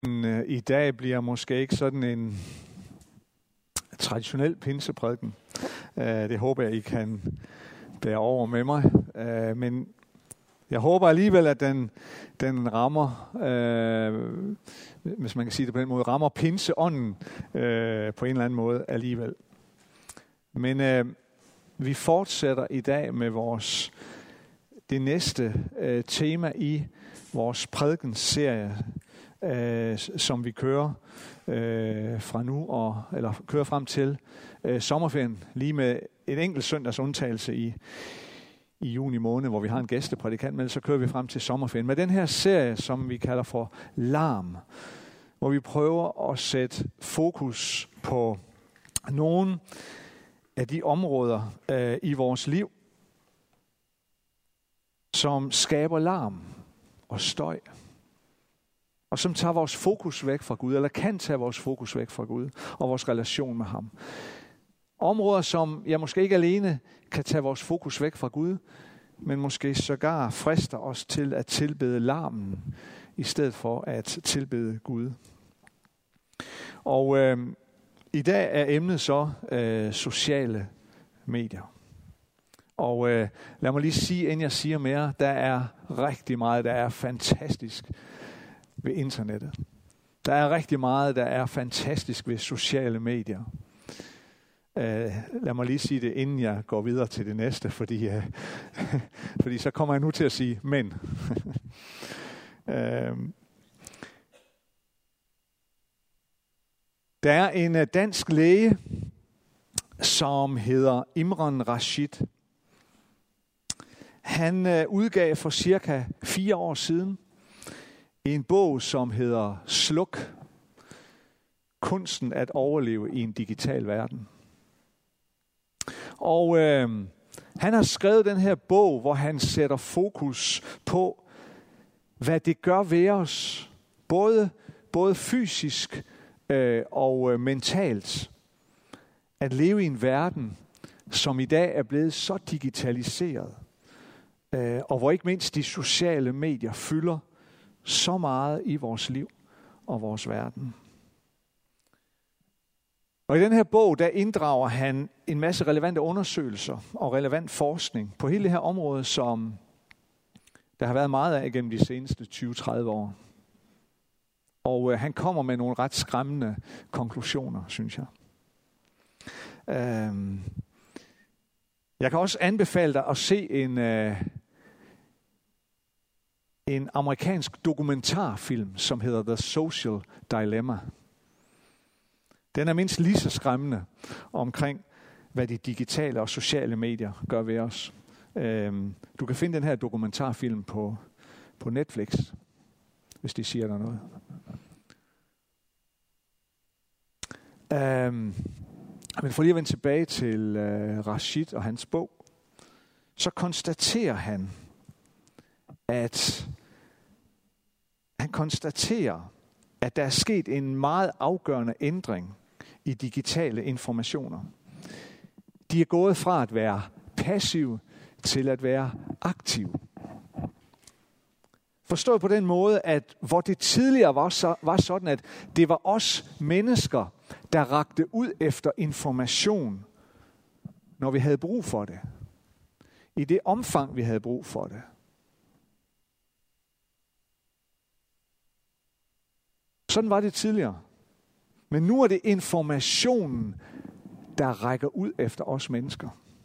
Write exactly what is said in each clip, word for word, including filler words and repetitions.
I dag bliver måske ikke sådan en traditionel pinseprædiken. Det håber jeg, I kan bære over med mig. Men jeg håber alligevel, at den, den rammer, øh, hvis man kan sige det på den måde, rammer pinseånden øh, på en eller anden måde alligevel. Men øh, vi fortsætter i dag med vores det næste øh, tema i vores prædikensserie, øh, som vi kører øh, fra nu og eller kører frem til øh, sommerferien, lige med en enkelt søndags undtagelse i i juni måned, hvor vi har en gæsteprædikant, men så kører vi frem til sommerferien med den her serie, som vi kalder for Larm, hvor vi prøver at sætte fokus på nogle af de områder øh, i vores liv, som skaber larm og støj, og som tager vores fokus væk fra Gud, eller kan tage vores fokus væk fra Gud og vores relation med ham. Områder, som jeg måske ikke alene kan tage vores fokus væk fra Gud, men måske sågar frister os til at tilbede larmen, i stedet for at tilbede Gud. Og øh, i dag er emnet så øh, sociale medier. Og øh, lad mig lige sige, inden jeg siger mere, der er rigtig meget, der er fantastisk ved internettet. Der er rigtig meget, der er fantastisk ved sociale medier. Uh, lad mig lige sige det, inden jeg går videre til det næste, fordi, uh, fordi så kommer jeg nu til at sige men. uh, der er en uh, dansk læge, som hedder Imran Rashid. Han uh, udgav for cirka fire år siden en bog, som hedder Sluk. Kunsten at overleve i en digital verden. Og øh, han har skrevet den her bog, hvor han sætter fokus på, hvad det gør ved os, både, både fysisk øh, og øh, mentalt, at leve i en verden, som i dag er blevet så digitaliseret, øh, og hvor ikke mindst de sociale medier fylder så meget i vores liv og vores verden. Og i den her bog, der inddrager han en masse relevante undersøgelser og relevant forskning på hele det her område, som der har været meget af gennem de seneste tyve til tredive år. Og øh, han kommer med nogle ret skræmmende konklusioner, synes jeg. Øh, jeg kan også anbefale dig at se en, øh, en amerikansk dokumentarfilm, som hedder The Social Dilemma. Den er mindst lige så skræmmende omkring, hvad de digitale og sociale medier gør ved os. Øhm, du kan finde den her dokumentarfilm på, på Netflix, hvis de siger der noget. Øhm, men for lige at vende tilbage til øh, Rashid og hans bog, så konstaterer han, at han konstaterer, at der er sket en meget afgørende ændring i digitale informationer. De er gået fra at være passive til at være aktive. Forstået på den måde, at hvor det tidligere var, så, var sådan, at det var os mennesker, der rakte ud efter information, når vi havde brug for det. I det omfang, vi havde brug for det. Sådan var det tidligere. Men nu er det informationen, der rækker ud efter os mennesker.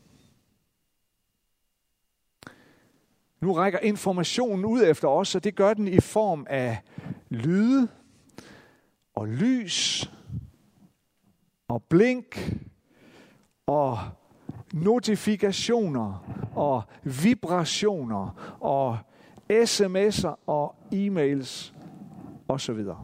Nu rækker informationen ud efter os, og det gør den i form af lyde og lys og blink og notifikationer og vibrationer og sms'er og e-mails og så videre.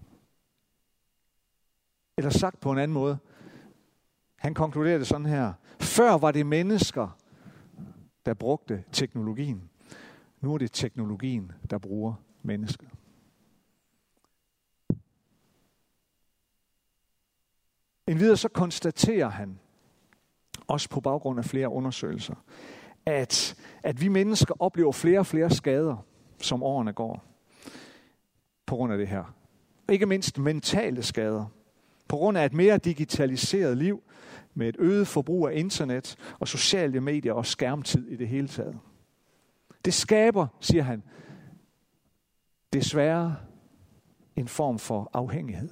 Eller sagt på en anden måde. Han konkluderer det sådan her. Før var det mennesker, der brugte teknologien. Nu er det teknologien, der bruger mennesket. Endvidere så konstaterer han, også på baggrund af flere undersøgelser, at, at vi mennesker oplever flere og flere skader, som årene går, på grund af det her. ikke mindst mentale skader, på grund af et mere digitaliseret liv, med et øget forbrug af internet og sociale medier og skærmtid i det hele taget. Det skaber, siger han, desværre en form for afhængighed.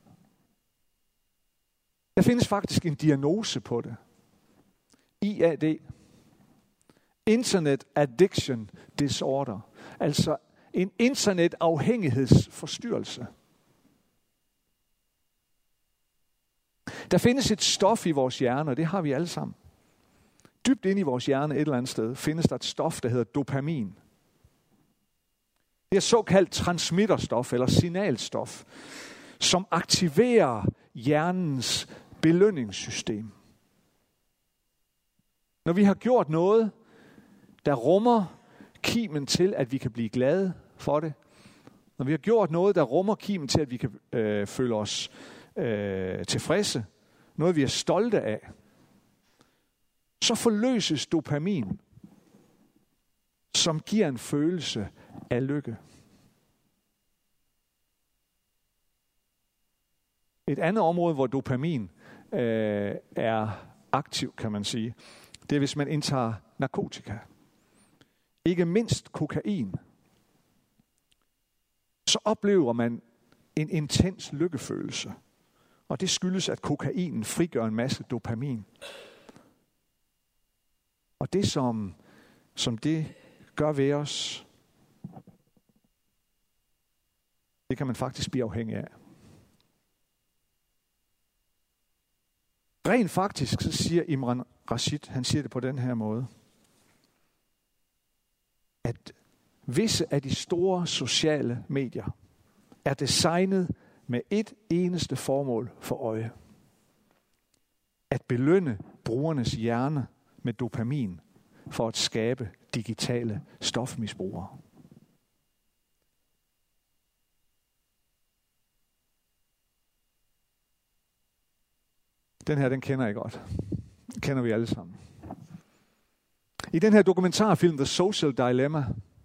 Der findes faktisk en diagnose på det. I A D. Internet Addiction Disorder. Altså en internetafhængighedsforstyrrelse. Der findes et stof i vores hjerne, og det har vi alle sammen. Dybt inde i vores hjerne et eller andet sted findes der et stof, der hedder dopamin. Det er såkaldt transmitterstof eller signalstof, som aktiverer hjernens belønningssystem. Når vi har gjort noget, der rummer kimen til, at vi kan blive glade for det, når vi har gjort noget, der rummer kimen til, at vi kan øh, føle os øh, tilfredse, noget vi er stolte af, så forløses dopamin, som giver en følelse af lykke. Et andet område, hvor dopamin øh, er aktiv, kan man sige, det er, hvis man indtager narkotika. Ikke mindst kokain. Så oplever man en intens lykkefølelse. Og det skyldes, at kokainen frigør en masse dopamin. Og det, som, som det gør ved os, det kan man faktisk blive afhængig af. Rent faktisk, så siger Imran Rashid, han siger det på den her måde, at visse af de store sociale medier er designet med et eneste formål for øje. At belønne brugernes hjerne med dopamin for at skabe digitale stofmisbrugere. Den her, den kender jeg godt. Den kender vi alle sammen. I den her dokumentarfilm, The Social Dilemma,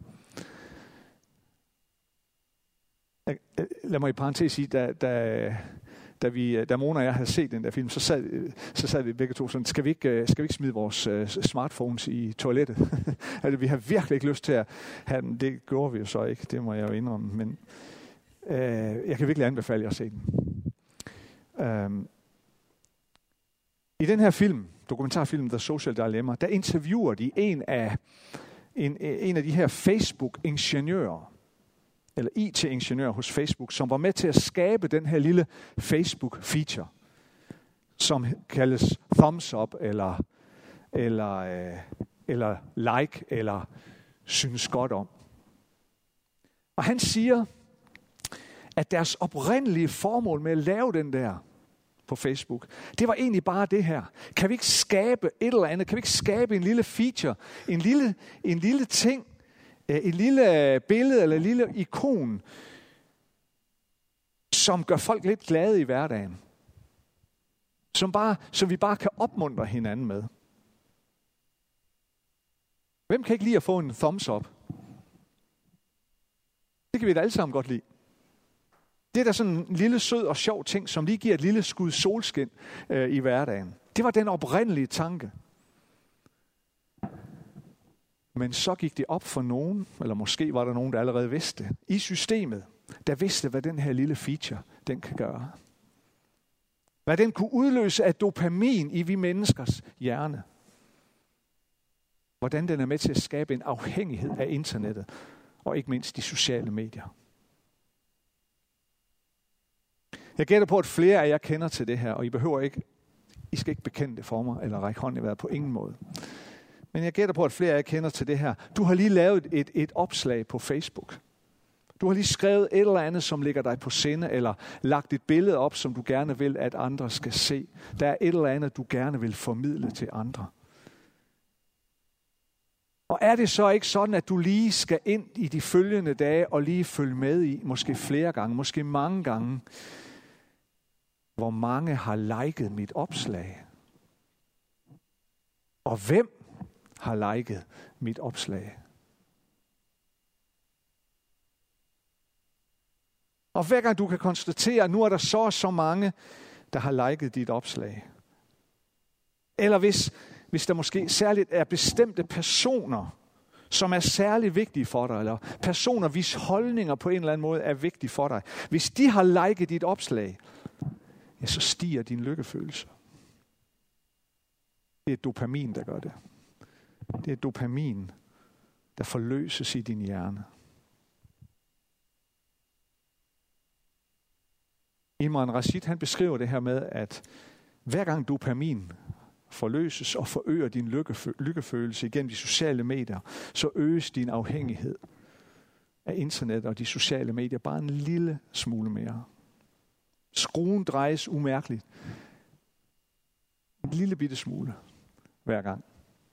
lad mig i parentes sige, da, da, da, vi, da Mona og jeg havde set den der film, så sad, så sad vi begge to sådan, skal vi ikke, skal vi ikke smide vores uh, smartphones i toilettet? Altså, vi har virkelig ikke lyst til at have den. Det gjorde vi jo så ikke, det må jeg jo indrømme, men uh, jeg kan virkelig anbefale jer at se den. Uh, I den her film, dokumentarfilm The Social Dilemma, der interviewer de en af, en, en af de her Facebook-ingeniører, eller I T-ingeniører hos Facebook, som var med til at skabe den her lille Facebook-feature, som kaldes thumbs up, eller, eller, øh, eller like, eller synes godt om. Og han siger, at deres oprindelige formål med at lave den der på Facebook, det var egentlig bare det her. Kan vi ikke skabe et eller andet? Kan vi ikke skabe en lille feature? En lille, en lille ting? En lille billede eller en lille ikon, som gør folk lidt glade i hverdagen. Som, bare, som vi bare kan opmuntre hinanden med. Hvem kan ikke lide at få en thumbs up? Det kan vi da alle sammen godt lide. Det er da sådan en lille sød og sjov ting, som lige giver et lille skud solskin øh, i hverdagen. Det var den oprindelige tanke. Men så gik det op for nogen, eller måske var der nogen, der allerede vidste, i systemet, der vidste, hvad den her lille feature, den kan gøre. Hvad den kunne udløse af dopamin i vi menneskers hjerne. Hvordan den er med til at skabe en afhængighed af internettet, og ikke mindst de sociale medier. Jeg gætter på, at flere af jer kender til det her, og I behøver ikke, I skal ikke bekende det for mig, eller række hånden i vejret på ingen måde. Men jeg gætter på, at flere af jer kender til det her. Du har lige lavet et, et opslag på Facebook. Du har lige skrevet et eller andet, som ligger dig på sinde, eller lagt et billede op, som du gerne vil, at andre skal se. Der er et eller andet, du gerne vil formidle til andre. Og er det så ikke sådan, at du lige skal ind i de følgende dage, og lige følge med i, måske flere gange, måske mange gange, hvor mange har liket mit opslag? Og hvem har liket mit opslag? Og hver gang du kan konstatere, at nu er der så og så mange, der har liket dit opslag. Eller hvis, hvis der måske særligt er bestemte personer, som er særlig vigtige for dig, eller personer, hvis holdninger på en eller anden måde er vigtige for dig. Hvis de har liket dit opslag, ja, så stiger din lykkefølelse. Det er dopamin, der gør det. Det er dopamin, der forløses i din hjerne. Imran Rashid, han beskriver det her med, at hver gang dopamin forløses og forøger din lykkefø- lykkefølelse igennem de sociale medier, så øges din afhængighed af internet og de sociale medier bare en lille smule mere. Skruen drejes umærkeligt. En lille bitte smule hver gang.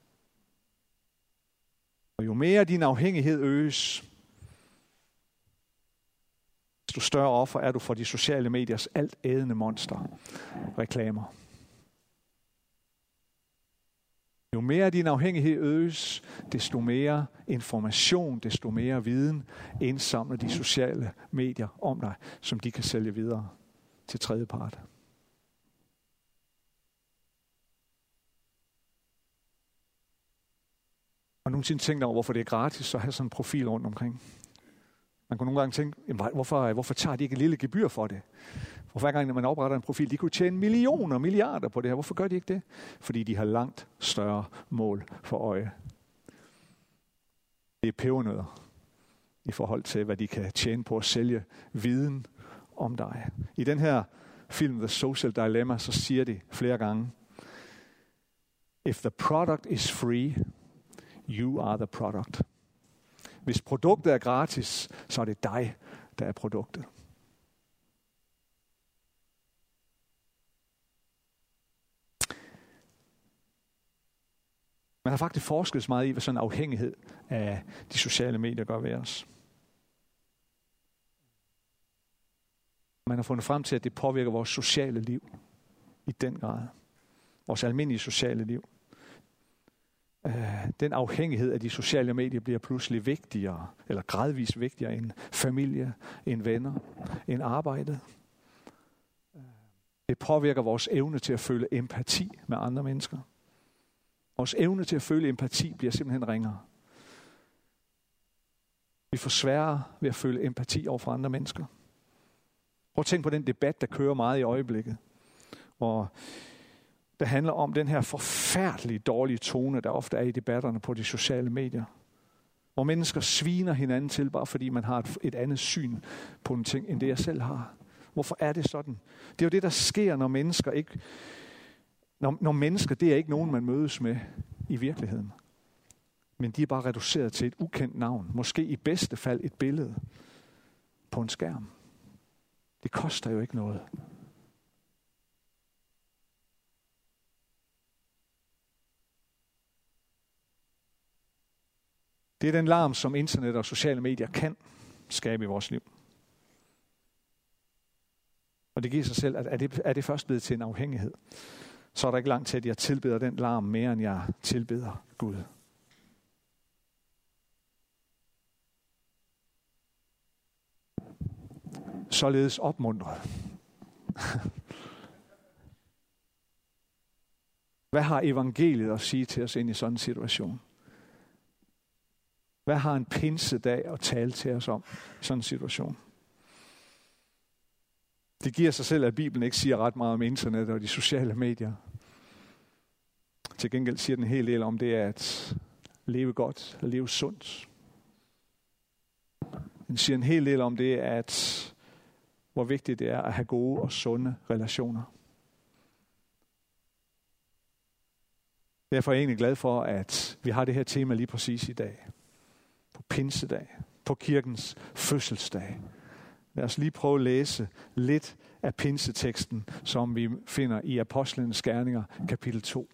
Og jo mere din afhængighed øges, desto større offer er du for de sociale mediers altædende monster, reklamer. Jo mere din afhængighed øges, desto mere information, desto mere viden indsamler de sociale medier om dig, som de kan sælge videre til tredje part. Og nogensinde tænkt over, hvorfor det er gratis at have sådan en profil rundt omkring. Man kunne nogle gange tænke, hvorfor, hvorfor tager de ikke et lille gebyr for det? For hver gang man opretter en profil, de kunne tjene millioner, milliarder på det her. Hvorfor gør de ikke det? Fordi de har langt større mål for øje. Det er pebernødder i forhold til, hvad de kan tjene på at sælge viden om dig. I den her film, The Social Dilemma, så siger de flere gange, if the product is free, you are the product. Hvis produktet er gratis, så er det dig, der er produktet. Man har faktisk forsket meget i, hvad sådan en afhængighed af de sociale medier gør ved os. Man har fundet frem til, at det påvirker vores sociale liv i den grad. Vores almindelige sociale liv. Den afhængighed af de sociale medier bliver pludselig vigtigere, eller gradvist vigtigere end familie, end venner, end arbejdet. Det påvirker vores evne til at føle empati med andre mennesker. Vores evne til at føle empati bliver simpelthen ringere. Vi får sværere ved at føle empati over for andre mennesker. Prøv at tænke på den debat, der kører meget i øjeblikket, hvor det handler om den her forfærdelige dårlige tone, der ofte er i debatterne på de sociale medier. Hvor mennesker sviner hinanden til, bare fordi man har et, et andet syn på en ting, end det jeg selv har. Hvorfor er det sådan? Det er jo det, der sker, når mennesker ikke... Når, når mennesker, det er ikke nogen, man mødes med i virkeligheden. Men de er bare reduceret til et ukendt navn. Måske i bedste fald et billede på en skærm. Det koster jo ikke noget. Det er den larm, som internet og sociale medier kan skabe i vores liv. Og det giver sig selv, at er det, er det først blevet til en afhængighed, så er der ikke langt til, at jeg tilbeder den larm mere, end jeg tilbeder Gud. Således opmuntret. Hvad har evangeliet at sige til os ind i sådan en situation? Hvad har en pinsedag at tale til os om i sådan en situation? Det giver sig selv, at Bibelen ikke siger ret meget om internet og de sociale medier. Til gengæld siger den en hel del om det at leve godt, at leve sundt. Den siger en hel del om det, at hvor vigtigt det er at have gode og sunde relationer. Derfor er jeg egentlig glad for, at vi har det her tema lige præcis i dag. På pinsedag, på kirkens fødselsdag. Lad os lige prøve at læse lidt af pinseteksten, som vi finder i Apostlenes Gerninger, kapitel to.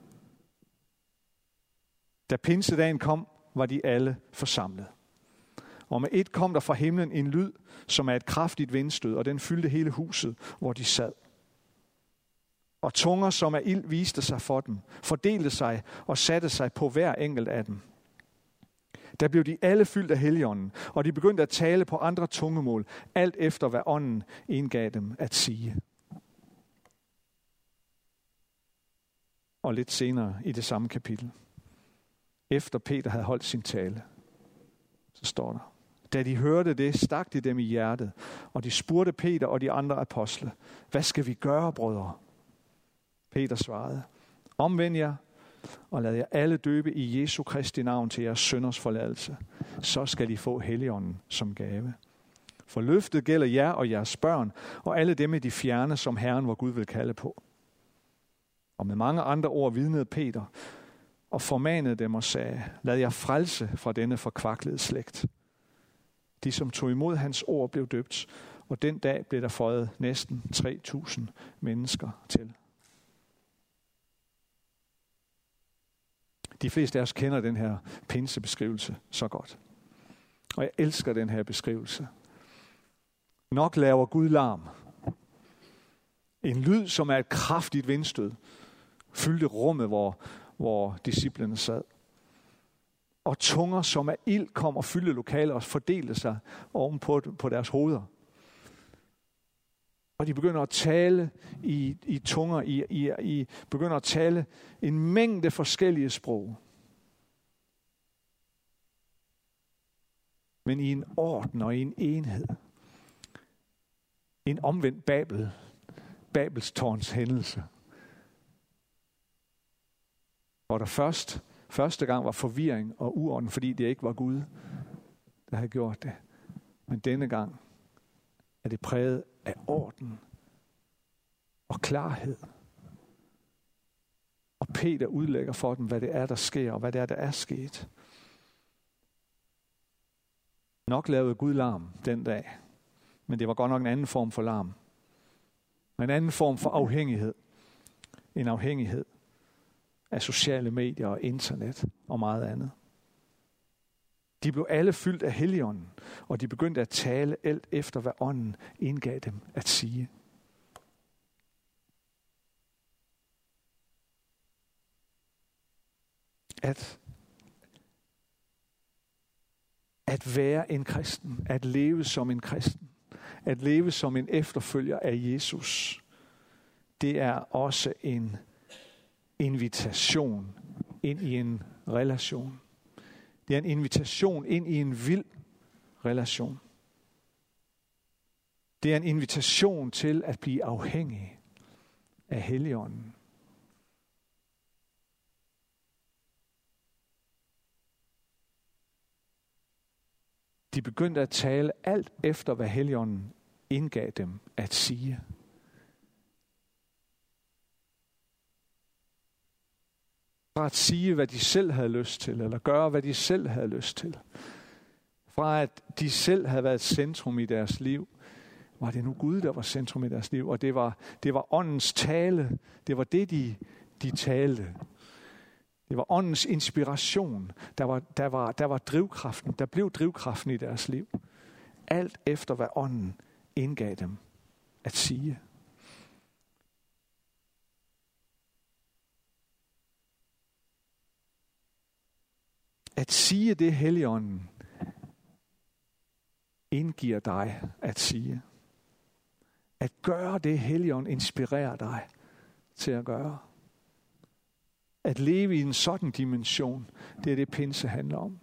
Da pinsedagen kom, var de alle forsamlet. Og med et kom der fra himlen en lyd, som er et kraftigt vindstød, og den fyldte hele huset, hvor de sad. Og tunger, som af ild, viste sig for dem, fordelte sig og satte sig på hver enkelt af dem. Der blev de alle fyldt af Helligånden, og de begyndte at tale på andre tungemål, alt efter hvad ånden indgav dem at sige. Og lidt senere i det samme kapitel, efter Peter havde holdt sin tale, så står der: da de hørte det, stak de dem i hjertet, og de spurgte Peter og de andre apostle: hvad skal vi gøre, brødre? Peter svarede: omvend jer, og lad jer alle døbe i Jesu Kristi navn til jeres synders forladelse. Så skal I få Helligånden som gave. For løftet gælder jer og jeres børn, og alle dem i de fjerne, som Herren vor Gud vil kalde på. Og med mange andre ord vidnede Peter, og formanede dem og sagde: lad jer frelse fra denne forkvaklede slægt. De, som tog imod hans ord, blev døbt, og den dag blev der føjet næsten tre tusind mennesker til. De fleste af os kender den her pinsebeskrivelse så godt. Og jeg elsker den her beskrivelse. Nok laver Gud larm. En lyd, som er et kraftigt vindstød, fyldte rummet, hvor, hvor disciplene sad. Og tunger, som af ild, kom og fyldte lokalet og fordelte sig ovenpå på deres hoveder. Og de begynder at tale i, i tunger, i, i, i begynder at tale en mængde forskellige sprog. Men i en orden og i en enhed. En omvendt Babel, Babels tårns hændelse. Hvor der først, første gang var forvirring og uorden, fordi det ikke var Gud, der havde gjort det. Men denne gang er det præget af orden og klarhed. Og Peter udlægger for dem, hvad det er, der sker, og hvad det er, der er sket. Nok lavede Gud larm den dag, men det var godt nok en anden form for larm. En anden form for afhængighed. En afhængighed af sociale medier og internet og meget andet. De blev alle fyldt af Helligånden, og de begyndte at tale alt efter, hvad ånden indgav dem at sige. At, at være en kristen, at leve som en kristen, at leve som en efterfølger af Jesus, det er også en invitation ind i en relation. Det er en invitation ind i en vild relation. Det er en invitation til at blive afhængig af Helligånden. De begyndte at tale alt efter, hvad Helligånden indgav dem at sige. Fra at sige, hvad de selv havde lyst til, eller gøre, hvad de selv havde lyst til. Fra at de selv havde været centrum i deres liv, var det nu Gud, der var centrum i deres liv, og det var, det var åndens tale. Det var det, de, de talte. Det var åndens inspiration. Der var, der, var, der var drivkraften. Der blev drivkraften i deres liv. Alt efter, hvad ånden indgav dem at sige. At sige det, Helligånden indgiver dig at sige. At gøre det, Helligånden inspirerer dig til at gøre. At leve i en sådan dimension, det er det, pinse handler om.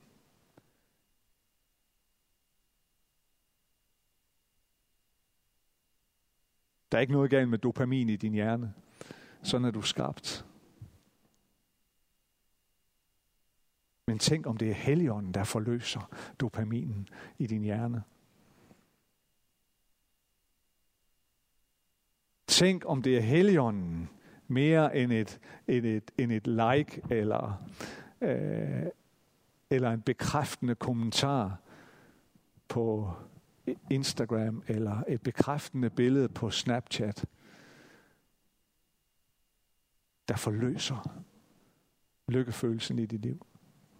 Der er ikke noget galt med dopamin i din hjerne. Sådan er du skabt. Men tænk, om det er Helligånden, der forløser dopaminen i din hjerne. Tænk, om det er Helligånden mere end et, end et, end et like eller, øh, eller en bekræftende kommentar på Instagram eller et bekræftende billede på Snapchat, der forløser lykkefølelsen i dit liv.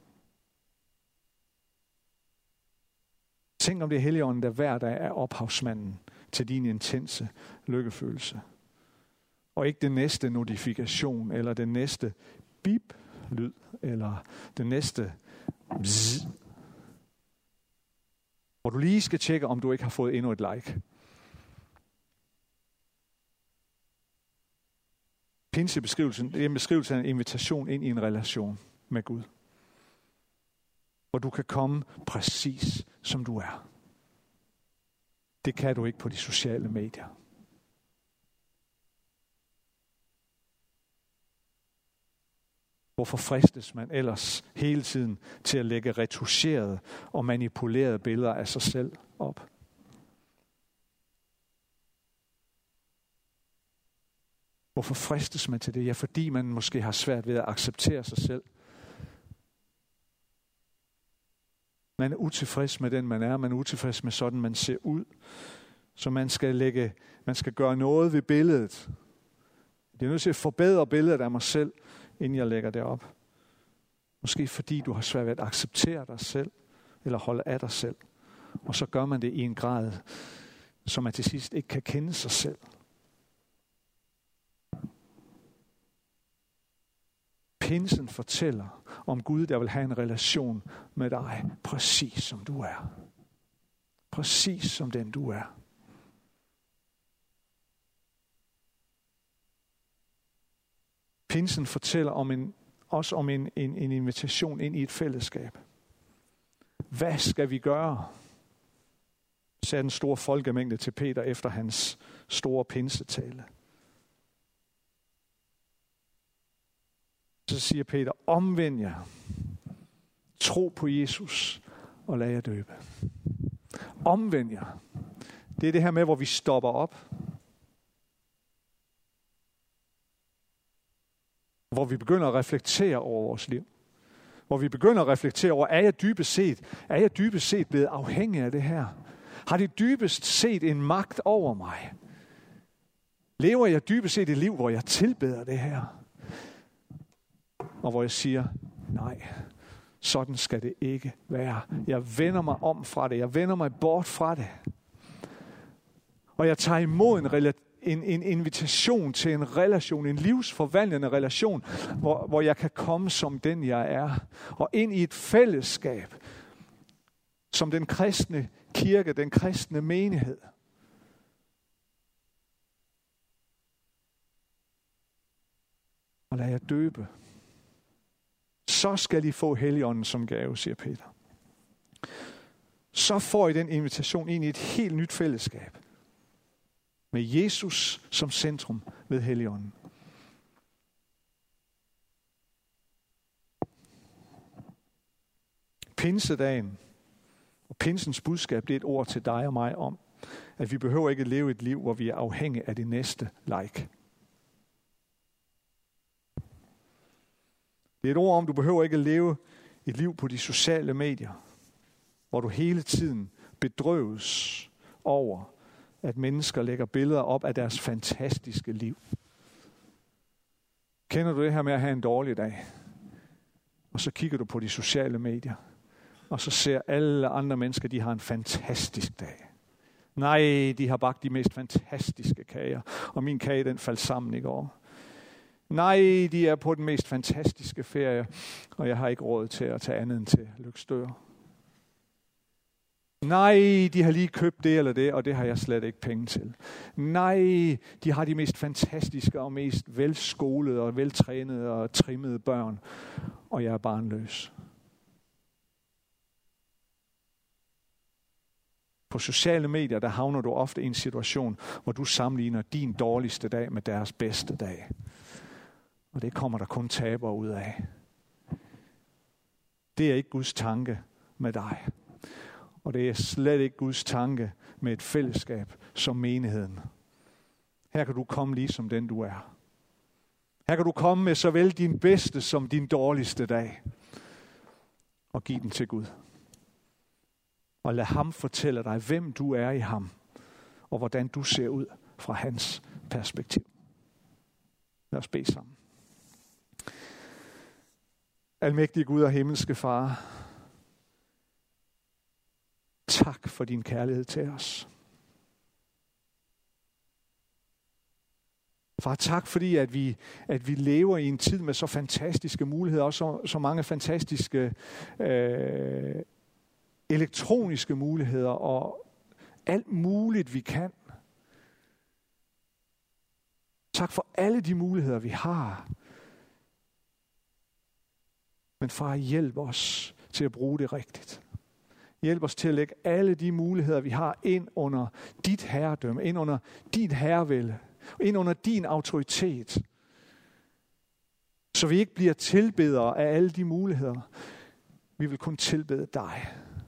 Tænk, om det er Helligånden, der hver dag er ophavsmanden til din intense lykkefølelse. Og ikke den næste notifikation, eller den næste bip-lyd, eller den næste bzz, hvor du lige skal tjekke, om du ikke har fået endnu et like. Pinsebeskrivelsen, det er en beskrivelse af en invitation ind i en relation med Gud. Hvor du kan komme præcis som du er. Det kan du ikke på de sociale medier. Hvorfor fristes man ellers hele tiden til at lægge retuscherede og manipulerede billeder af sig selv op? Hvorfor fristes man til det? Ja, fordi man måske har svært ved at acceptere sig selv. Man er utilfreds med den, man er. Man er utilfreds med sådan, man ser ud. Så man skal lægge, man skal gøre noget ved billedet. Det er nødt til at forbedre billedet af mig selv, inden jeg lægger det op. Måske fordi du har svært ved at acceptere dig selv, eller holde af dig selv. Og så gør man det i en grad, som man til sidst ikke kan kende sig selv. Pinsen fortæller om Gud, der vil have en relation med dig, præcis som du er. Præcis som den du er. Pinsen fortæller om en, også om en, en, en invitation ind i et fællesskab. Hvad skal vi gøre? Sagde den store folkemængde til Peter efter hans store pinsetale. Så siger Peter, omvend jer, tro på Jesus og lad jer døbe. Omvend jer. Det er det her med, hvor vi stopper op. Hvor vi begynder at reflektere over vores liv. Hvor vi begynder at reflektere over, er jeg dybest set, er jeg dybest set blevet afhængig af det her? Har det dybest set en magt over mig? Lever jeg dybest set et liv, hvor jeg tilbeder det her? Og hvor jeg siger, nej, sådan skal det ikke være. Jeg vender mig om fra det. Jeg vender mig bort fra det. Og jeg tager imod en, en, en invitation til en relation, en livsforvandlende relation, hvor, hvor jeg kan komme som den, jeg er. Og ind i et fællesskab, som den kristne kirke, den kristne menighed. Og lad jer døbe. Så skal I få Helligånden som gave, siger Peter. Så får I den invitation ind i et helt nyt fællesskab. Med Jesus som centrum ved Helligånden. Pinsedagen og pinsens budskab, det er et ord til dig og mig om, at vi behøver ikke leve et liv, hvor vi er afhængige af det næste like. Det er et ord om, du behøver ikke leve et liv på de sociale medier, hvor du hele tiden bedrøves over, at mennesker lægger billeder op af deres fantastiske liv. Kender du det her med at have en dårlig dag? Og så kigger du på de sociale medier, og så ser alle andre mennesker, de har en fantastisk dag. Nej, de har bagt de mest fantastiske kager, og min kage, den faldt sammen i går. Nej, de er på den mest fantastiske ferie, og jeg har ikke råd til at tage andet end til Løgstør. Nej, de har lige købt det eller det, og det har jeg slet ikke penge til. Nej, de har de mest fantastiske og mest velskolede og veltrænede og trimmede børn, og jeg er barnløs. På sociale medier, der havner du ofte i en situation, hvor du sammenligner din dårligste dag med deres bedste dag. Og det kommer der kun tabere ud af. Det er ikke Guds tanke med dig. Og det er slet ikke Guds tanke med et fællesskab som menigheden. Her kan du komme lige som den du er. Her kan du komme med såvel din bedste som din dårligste dag. Og give den til Gud. Og lad ham fortælle dig, hvem du er i ham. Og hvordan du ser ud fra hans perspektiv. Lad os bede sammen. Almægtige Gud og himmelske Far, tak for din kærlighed til os. Far, tak fordi, at vi, at vi lever i en tid med så fantastiske muligheder, og så, så mange fantastiske øh, elektroniske muligheder og alt muligt, vi kan. Tak for alle de muligheder, vi har. Men far, hjælp os til at bruge det rigtigt. Hjælp os til at lægge alle de muligheder, vi har, ind under dit herredømme, ind under dit herrevælde, ind under din autoritet. Så vi ikke bliver tilbedere af alle de muligheder. Vi vil kun tilbede dig.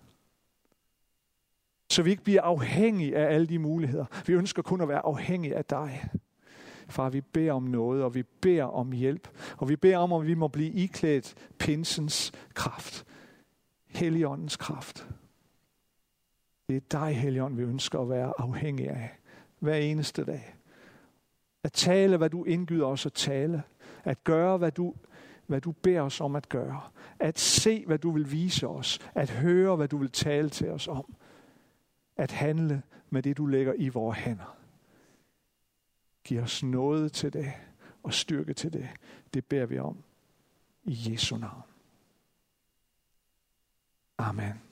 Så vi ikke bliver afhængige af alle de muligheder. Vi ønsker kun at være afhængige af dig. Far, vi beder om noget, og vi beder om hjælp. Og vi beder om, at vi må blive iklædt pinsens kraft. Helligåndens kraft. Det er dig, Helligånd, vi ønsker at være afhængige af. Hver eneste dag. At tale, hvad du indgyder os at tale. At gøre, hvad du, hvad du beder os om at gøre. At se, hvad du vil vise os. At høre, hvad du vil tale til os om. At handle med det, du lægger i vores hænder. Giv os noget til det, og styrke til det. Det beder vi om. I Jesu navn. Amen.